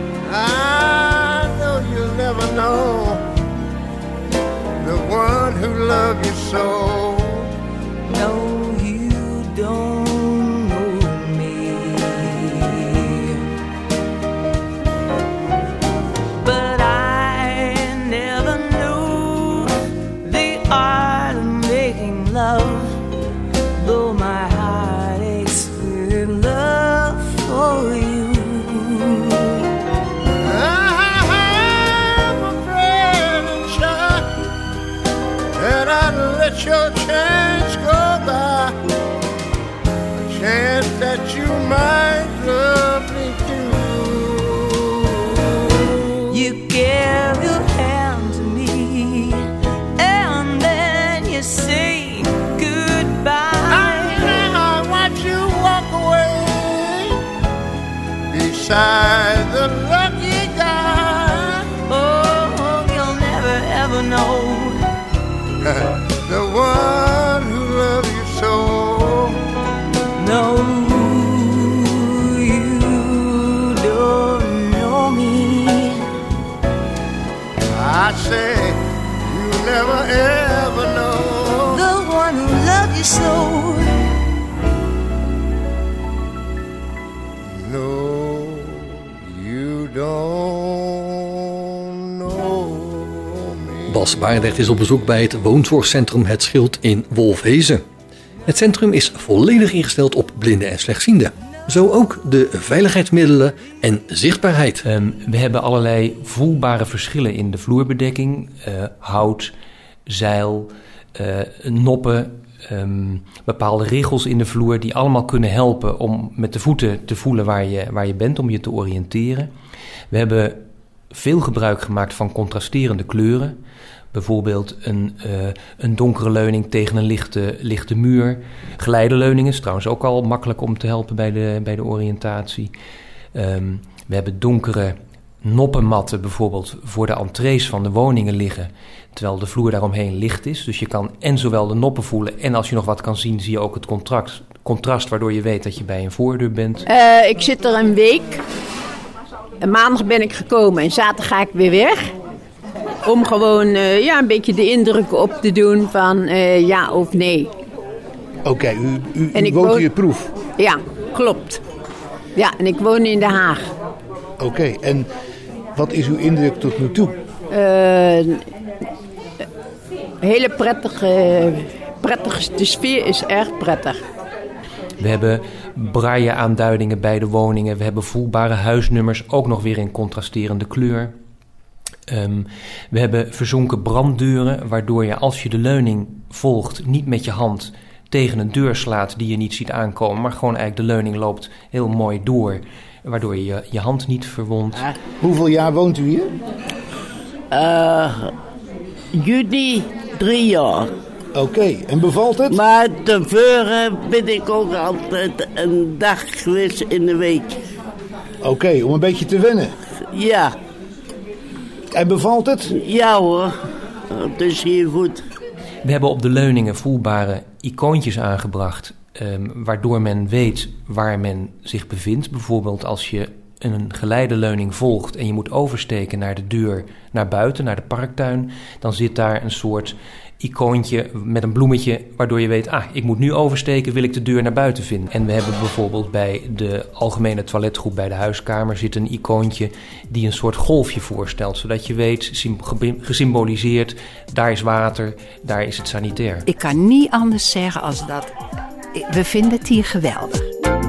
I know you'll never know the one who loved you so. No, you don't know me. But I never knew the art of making love, though my heart aches with love for you. Let your chance go by, a chance that you might love me too. You give your hand to me and then you say goodbye. I watch you walk away beside the lucky guy. slow. No, you don't know me. Bas Barendrecht is op bezoek bij het woonzorgcentrum Het Schild in Wolfhezen. Het centrum is volledig ingesteld op blinden en slechtzienden. Zo ook de veiligheidsmiddelen en zichtbaarheid. We hebben allerlei voelbare verschillen in de vloerbedekking. Hout, zeil, noppen, bepaalde regels in de vloer die allemaal kunnen helpen om met de voeten te voelen waar je bent, om je te oriënteren. We hebben veel gebruik gemaakt van contrasterende kleuren. Bijvoorbeeld een donkere leuning tegen een lichte muur. Geleideleuningen is trouwens ook al makkelijk om te helpen bij de oriëntatie. We hebben donkere noppenmatten bijvoorbeeld voor de entrees van de woningen liggen, terwijl de vloer daaromheen licht is. Dus je kan en zowel de noppen voelen en als je nog wat kan zien, zie je ook het contrast waardoor je weet dat je bij een voordeur bent. Ik zit er een week. Maandag ben ik gekomen en zaterdag ga ik weer weg. Om gewoon een beetje de indruk op te doen van ja of nee. Oké, u woont hier proef? Ja, klopt. Ja, en ik woon in Den Haag. Oké, en wat is uw indruk tot nu toe? Hele prettige, de sfeer is erg prettig. We hebben braille-aanduidingen bij de woningen. We hebben voelbare huisnummers, ook nog weer in contrasterende kleur. We hebben verzonken branddeuren, waardoor je als je de leuning volgt niet met je hand tegen een deur slaat die je niet ziet aankomen, maar gewoon eigenlijk de leuning loopt heel mooi door, waardoor je je hand niet verwondt. Hoeveel jaar woont u hier? Juni 3 jaar. Oké, en bevalt het? Maar tevoren ben ik ook altijd een dag geweest in de week. Oké, om een beetje te wennen? Ja. En bevalt het? Ja hoor, het is hier goed. We hebben op de leuningen voelbare icoontjes aangebracht, waardoor men weet waar men zich bevindt. Bijvoorbeeld als je een geleideleuning volgt en je moet oversteken naar de deur naar buiten, naar de parktuin, dan zit daar een soort icoontje met een bloemetje, waardoor je weet, ik moet nu oversteken, wil ik de deur naar buiten vinden. En we hebben bijvoorbeeld bij de algemene toiletgroep bij de huiskamer zit een icoontje die een soort golfje voorstelt, zodat je weet, gesymboliseerd, daar is water, daar is het sanitair. Ik kan niet anders zeggen als dat. We vinden het hier geweldig.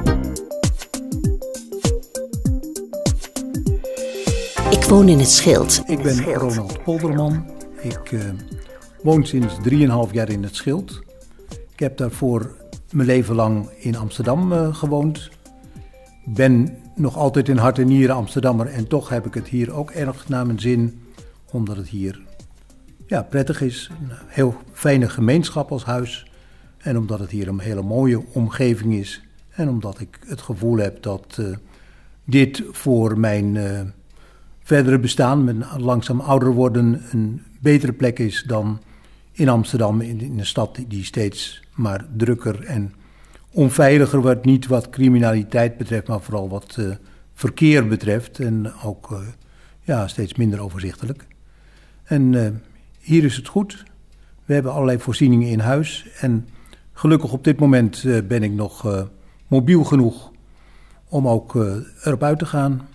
Ik woon in het Schild. Ik ben Ronald Polderman. Ik woon sinds 3,5 jaar in het Schild. Ik heb daarvoor mijn leven lang in Amsterdam gewoond. Ben nog altijd in hart en nieren Amsterdammer en toch heb ik het hier ook erg naar mijn zin. Omdat het hier prettig is, een heel fijne gemeenschap als huis. En omdat het hier een hele mooie omgeving is. En omdat ik het gevoel heb dat dit voor mijn verdere bestaan, met langzaam ouder worden, een betere plek is dan in Amsterdam, in een stad die steeds maar drukker en onveiliger wordt. Niet wat criminaliteit betreft, maar vooral wat verkeer betreft. En ook steeds minder overzichtelijk. En hier is het goed. We hebben allerlei voorzieningen in huis. En gelukkig op dit moment ben ik nog mobiel genoeg om ook erop uit te gaan.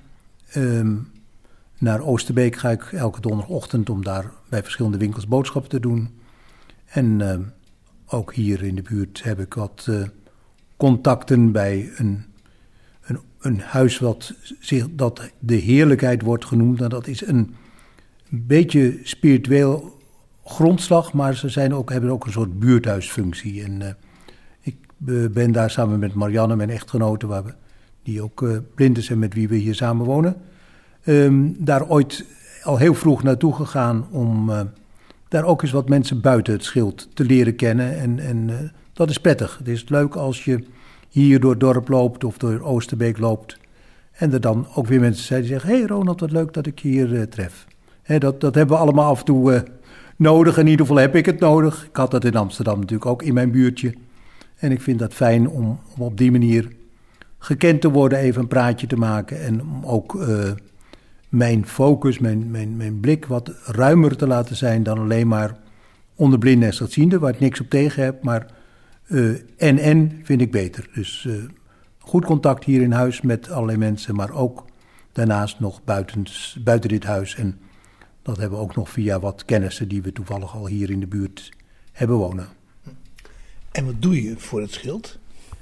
Naar Oosterbeek ga ik elke donderdagochtend om daar bij verschillende winkels boodschappen te doen. En ook hier in de buurt heb ik wat contacten bij een huis dat de heerlijkheid wordt genoemd. Nou, dat is een beetje spiritueel grondslag, maar ze hebben ook een soort buurthuisfunctie. En ik ben daar samen met Marianne, mijn echtgenote, die ook blind is en met wie we hier samen wonen, daar ooit al heel vroeg naartoe gegaan om daar ook eens wat mensen buiten het Schild te leren kennen. En dat is prettig. Het is leuk als je hier door het dorp loopt of door Oosterbeek loopt en er dan ook weer mensen zijn die zeggen, hey Ronald, wat leuk dat ik je hier tref. Dat hebben we allemaal af en toe nodig. In ieder geval heb ik het nodig. Ik had dat in Amsterdam natuurlijk ook in mijn buurtje. En ik vind dat fijn om op die manier gekend te worden, even een praatje te maken en om ook mijn focus, mijn blik wat ruimer te laten zijn dan alleen maar onder blinden en slechtzienden, waar ik niks op tegen heb, maar En vind ik beter. Dus goed contact hier in huis met allerlei mensen, maar ook daarnaast nog buiten dit huis. En dat hebben we ook nog via wat kennissen die we toevallig al hier in de buurt hebben wonen. En wat doe je voor het schild?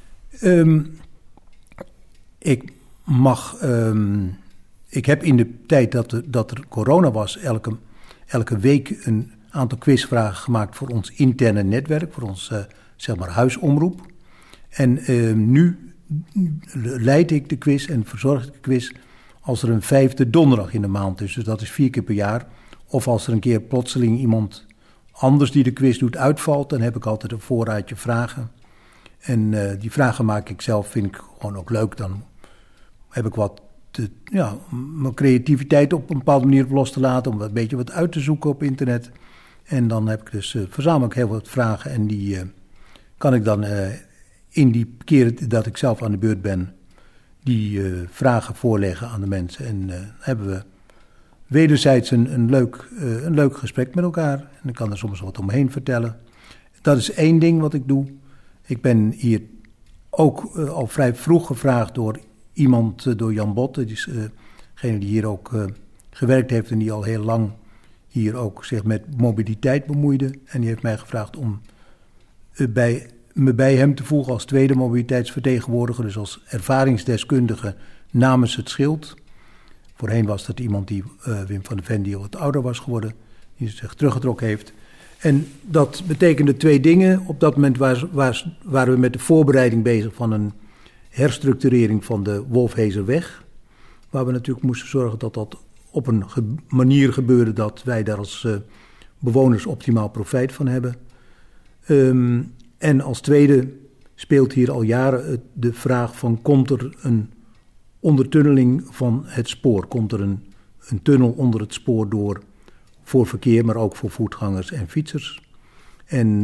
Ik heb in de tijd dat er corona was, elke week een aantal quizvragen gemaakt voor ons interne netwerk, voor ons huisomroep. En nu leid ik de quiz en verzorg ik de quiz als er een 5e donderdag in de maand is. Dus dat is 4 keer per jaar. Of als er een keer plotseling iemand anders die de quiz doet uitvalt, dan heb ik altijd een voorraadje vragen. En die vragen maak ik zelf, vind ik gewoon ook leuk. Dan heb ik mijn creativiteit op een bepaalde manier op los te laten, om een beetje wat uit te zoeken op internet. En dan heb ik dus verzamel ik heel wat vragen en die kan ik dan in die keren dat ik zelf aan de beurt ben, die vragen voorleggen aan de mensen. En hebben we wederzijds een leuk gesprek met elkaar. En ik kan er soms wat omheen vertellen. Dat is één ding wat ik doe. Ik ben hier ook al vrij vroeg gevraagd door iemand, door Jan Botte, degene die hier ook gewerkt heeft en die al heel lang hier ook zich met mobiliteit bemoeide. En die heeft mij gevraagd om me bij hem te voegen als tweede mobiliteitsvertegenwoordiger, dus als ervaringsdeskundige namens het Schild. Voorheen was dat iemand die, Wim van de Ven, die al wat ouder was geworden, die zich teruggetrokken heeft. En dat betekende 2 dingen. Op dat moment waren we met de voorbereiding bezig van een herstructurering van de Wolfhezerweg, waar we natuurlijk moesten zorgen dat dat op een manier gebeurde dat wij daar als bewoners optimaal profijt van hebben. En als tweede speelt hier al jaren de vraag van, komt er een ondertunneling van het spoor? Komt er een tunnel onder het spoor door voor verkeer, maar ook voor voetgangers en fietsers? En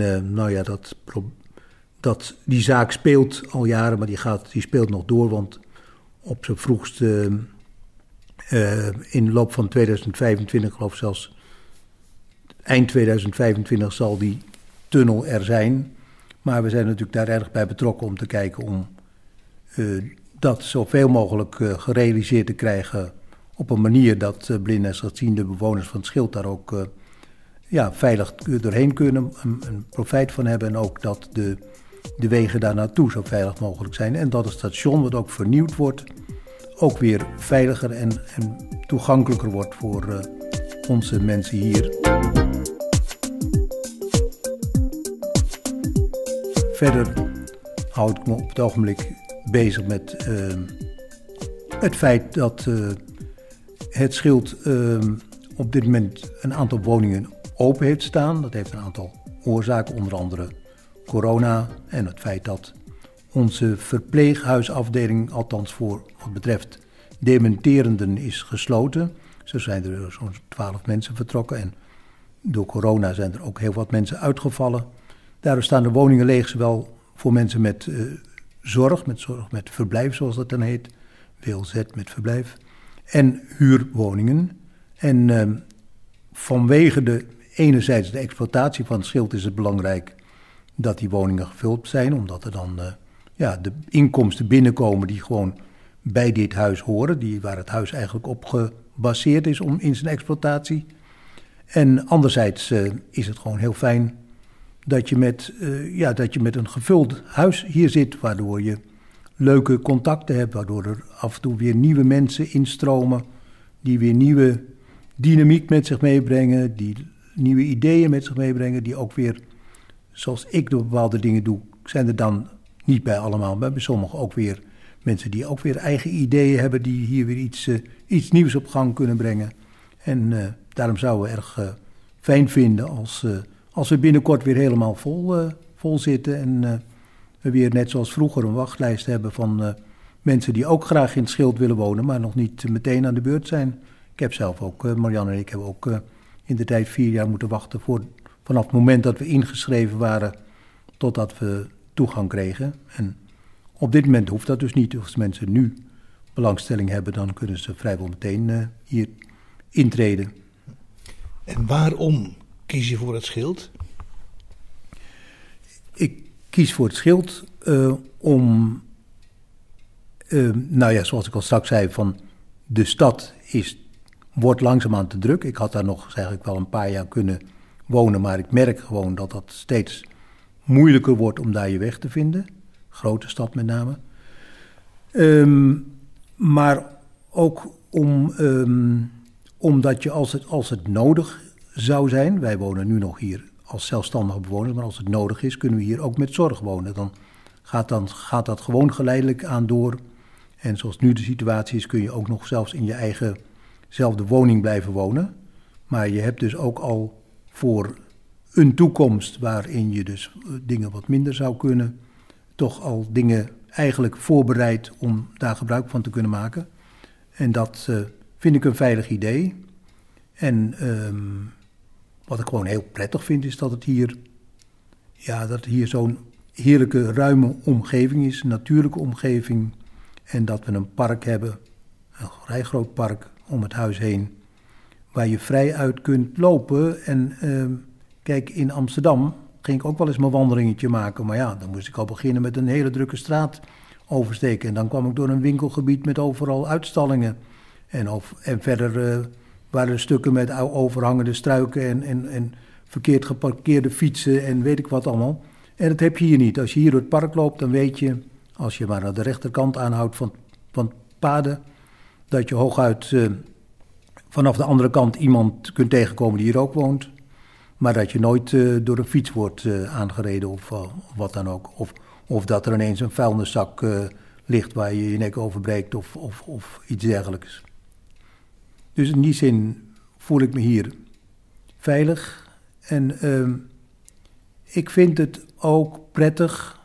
die zaak speelt al jaren, maar die speelt nog door, want op zijn vroegst in de loop van 2025, geloof ik zelfs eind 2025 zal die tunnel er zijn. Maar we zijn natuurlijk daar erg bij betrokken om te kijken om dat zoveel mogelijk gerealiseerd te krijgen op een manier dat blinde en slechtziende bewoners van het Schild daar ook veilig doorheen kunnen, een profijt van hebben. En ook dat de wegen daar naartoe zo veilig mogelijk zijn. En dat het station, wat ook vernieuwd wordt, ook weer veiliger en toegankelijker wordt voor onze mensen hier. Verder houd ik me op het ogenblik bezig met het feit dat het Schild op dit moment een aantal woningen open heeft staan. Dat heeft een aantal oorzaken, onder andere corona en het feit dat onze verpleeghuisafdeling, althans voor wat betreft dementerenden, is gesloten. Zo zijn er zo'n 12 mensen vertrokken en door corona zijn er ook heel wat mensen uitgevallen. Daardoor staan de woningen leeg, zowel voor mensen met zorg met verblijf zoals dat dan heet, WLZ met verblijf, en huurwoningen. En vanwege enerzijds de exploitatie van het Schild is het belangrijk dat die woningen gevuld zijn, omdat er dan de inkomsten binnenkomen die gewoon bij dit huis horen, waar het huis eigenlijk op gebaseerd is in zijn exploitatie. En anderzijds is het gewoon heel fijn dat je met een gevuld huis hier zit, waardoor je leuke contacten hebt, waardoor er af en toe weer nieuwe mensen instromen, die weer nieuwe dynamiek met zich meebrengen, die nieuwe ideeën met zich meebrengen, die ook weer, zoals ik door bepaalde dingen doe, zijn er dan niet bij allemaal, maar bij sommigen ook weer mensen die ook weer eigen ideeën hebben, die hier weer iets nieuws op gang kunnen brengen. En daarom zouden we erg fijn vinden als we binnenkort weer helemaal vol zitten en we weer net zoals vroeger een wachtlijst hebben van mensen die ook graag in het Schild willen wonen, maar nog niet meteen aan de beurt zijn. Ik heb zelf ook, Marianne en ik hebben ook in de tijd 4 jaar moeten wachten vanaf het moment dat we ingeschreven waren totdat we toegang kregen. En op dit moment hoeft dat dus niet. Als mensen nu belangstelling hebben, dan kunnen ze vrijwel meteen hier intreden. En waarom kies je voor het Schild? Ik kies voor het Schild om, zoals ik al straks zei, van de stad wordt langzaamaan te druk. Ik had daar nog eigenlijk wel een paar jaar kunnen wonen, maar ik merk gewoon dat dat steeds moeilijker wordt om daar je weg te vinden. Grote stad met name. Maar ook omdat je als het nodig zou zijn, wij wonen nu nog hier als zelfstandige bewoners, maar als het nodig is, kunnen we hier ook met zorg wonen. Dan gaat dat gewoon geleidelijk aan door. En zoals nu de situatie is, kun je ook nog zelfs in je eigenzelfde woning blijven wonen. Maar je hebt dus ook al voor een toekomst waarin je dus dingen wat minder zou kunnen, toch al dingen eigenlijk voorbereid om daar gebruik van te kunnen maken. En dat vind ik een veilig idee. En wat ik gewoon heel prettig vind is dat het hier zo'n heerlijke, ruime omgeving is, een natuurlijke omgeving. En dat we een park hebben, een vrij groot park om het huis heen, waar je vrij uit kunt lopen. En kijk, in Amsterdam ging ik ook wel eens mijn wandelingetje maken. Maar ja, dan moest ik al beginnen met een hele drukke straat oversteken. En dan kwam ik door een winkelgebied met overal uitstallingen. En verder waren er stukken met overhangende struiken en verkeerd geparkeerde fietsen en weet ik wat allemaal. En dat heb je hier niet. Als je hier door het park loopt, dan weet je, als je maar aan de rechterkant aanhoudt van paden, dat je hooguit vanaf de andere kant iemand kunt tegenkomen die hier ook woont. Maar dat je nooit door een fiets wordt aangereden of wat dan ook. Of dat er ineens een vuilniszak ligt waar je je nek over breekt of iets dergelijks. Dus in die zin voel ik me hier veilig. En ik vind het ook prettig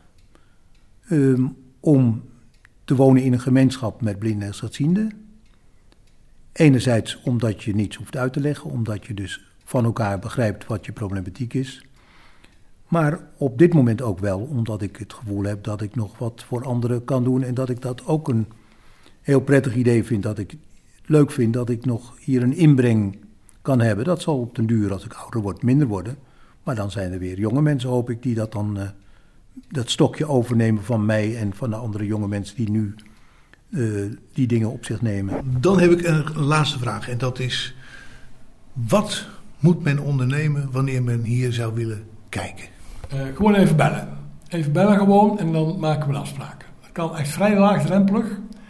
om te wonen in een gemeenschap met blinden en slechtzienden. Enerzijds omdat je niets hoeft uit te leggen, omdat je dus van elkaar begrijpt wat je problematiek is. Maar op dit moment ook wel, omdat ik het gevoel heb dat ik nog wat voor anderen kan doen. En dat ik dat ook een heel prettig idee vind. Dat ik het leuk vind dat ik nog hier een inbreng kan hebben. Dat zal op den duur, als ik ouder word, minder worden. Maar dan zijn er weer jonge mensen, hoop ik, die dat dan dat stokje overnemen van mij en van de andere jonge mensen die nu die dingen op zich nemen. Dan heb ik een laatste vraag en dat is, wat moet men ondernemen wanneer men hier zou willen kijken? Gewoon even bellen. Even bellen gewoon en dan maken we een afspraak. Dat kan echt vrij laagdrempelig.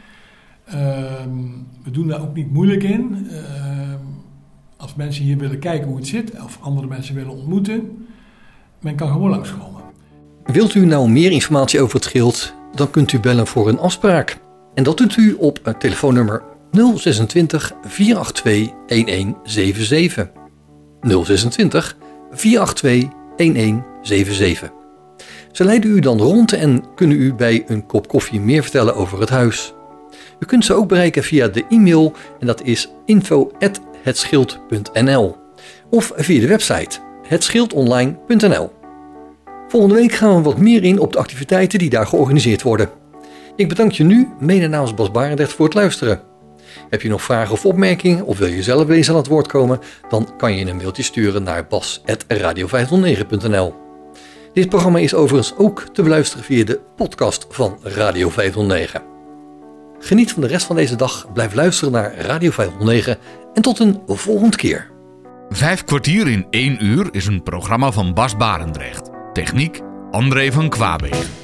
We doen daar ook niet moeilijk in. Als mensen hier willen kijken hoe het zit of andere mensen willen ontmoeten, men kan gewoon langskomen. Wilt u nou meer informatie over het Schild, dan kunt u bellen voor een afspraak. En dat doet u op het telefoonnummer 026 482 1177. 026 482 1177. Ze leiden u dan rond en kunnen u bij een kop koffie meer vertellen over het huis. U kunt ze ook bereiken via de e-mail en dat is info@hetschild.nl of via de website hetschildonline.nl. Volgende week gaan we wat meer in op de activiteiten die daar georganiseerd worden. Ik bedank je nu, mede namens Bas Barendrecht, voor het luisteren. Heb je nog vragen of opmerkingen of wil je zelf eens aan het woord komen, dan kan je een mailtje sturen naar bas@radio509.nl. Dit programma is overigens ook te beluisteren via de podcast van Radio 509. Geniet van de rest van deze dag, blijf luisteren naar Radio 509 en tot een volgende keer. 5 kwartier in 1 uur is een programma van Bas Barendrecht. Techniek André van Kwaabegen.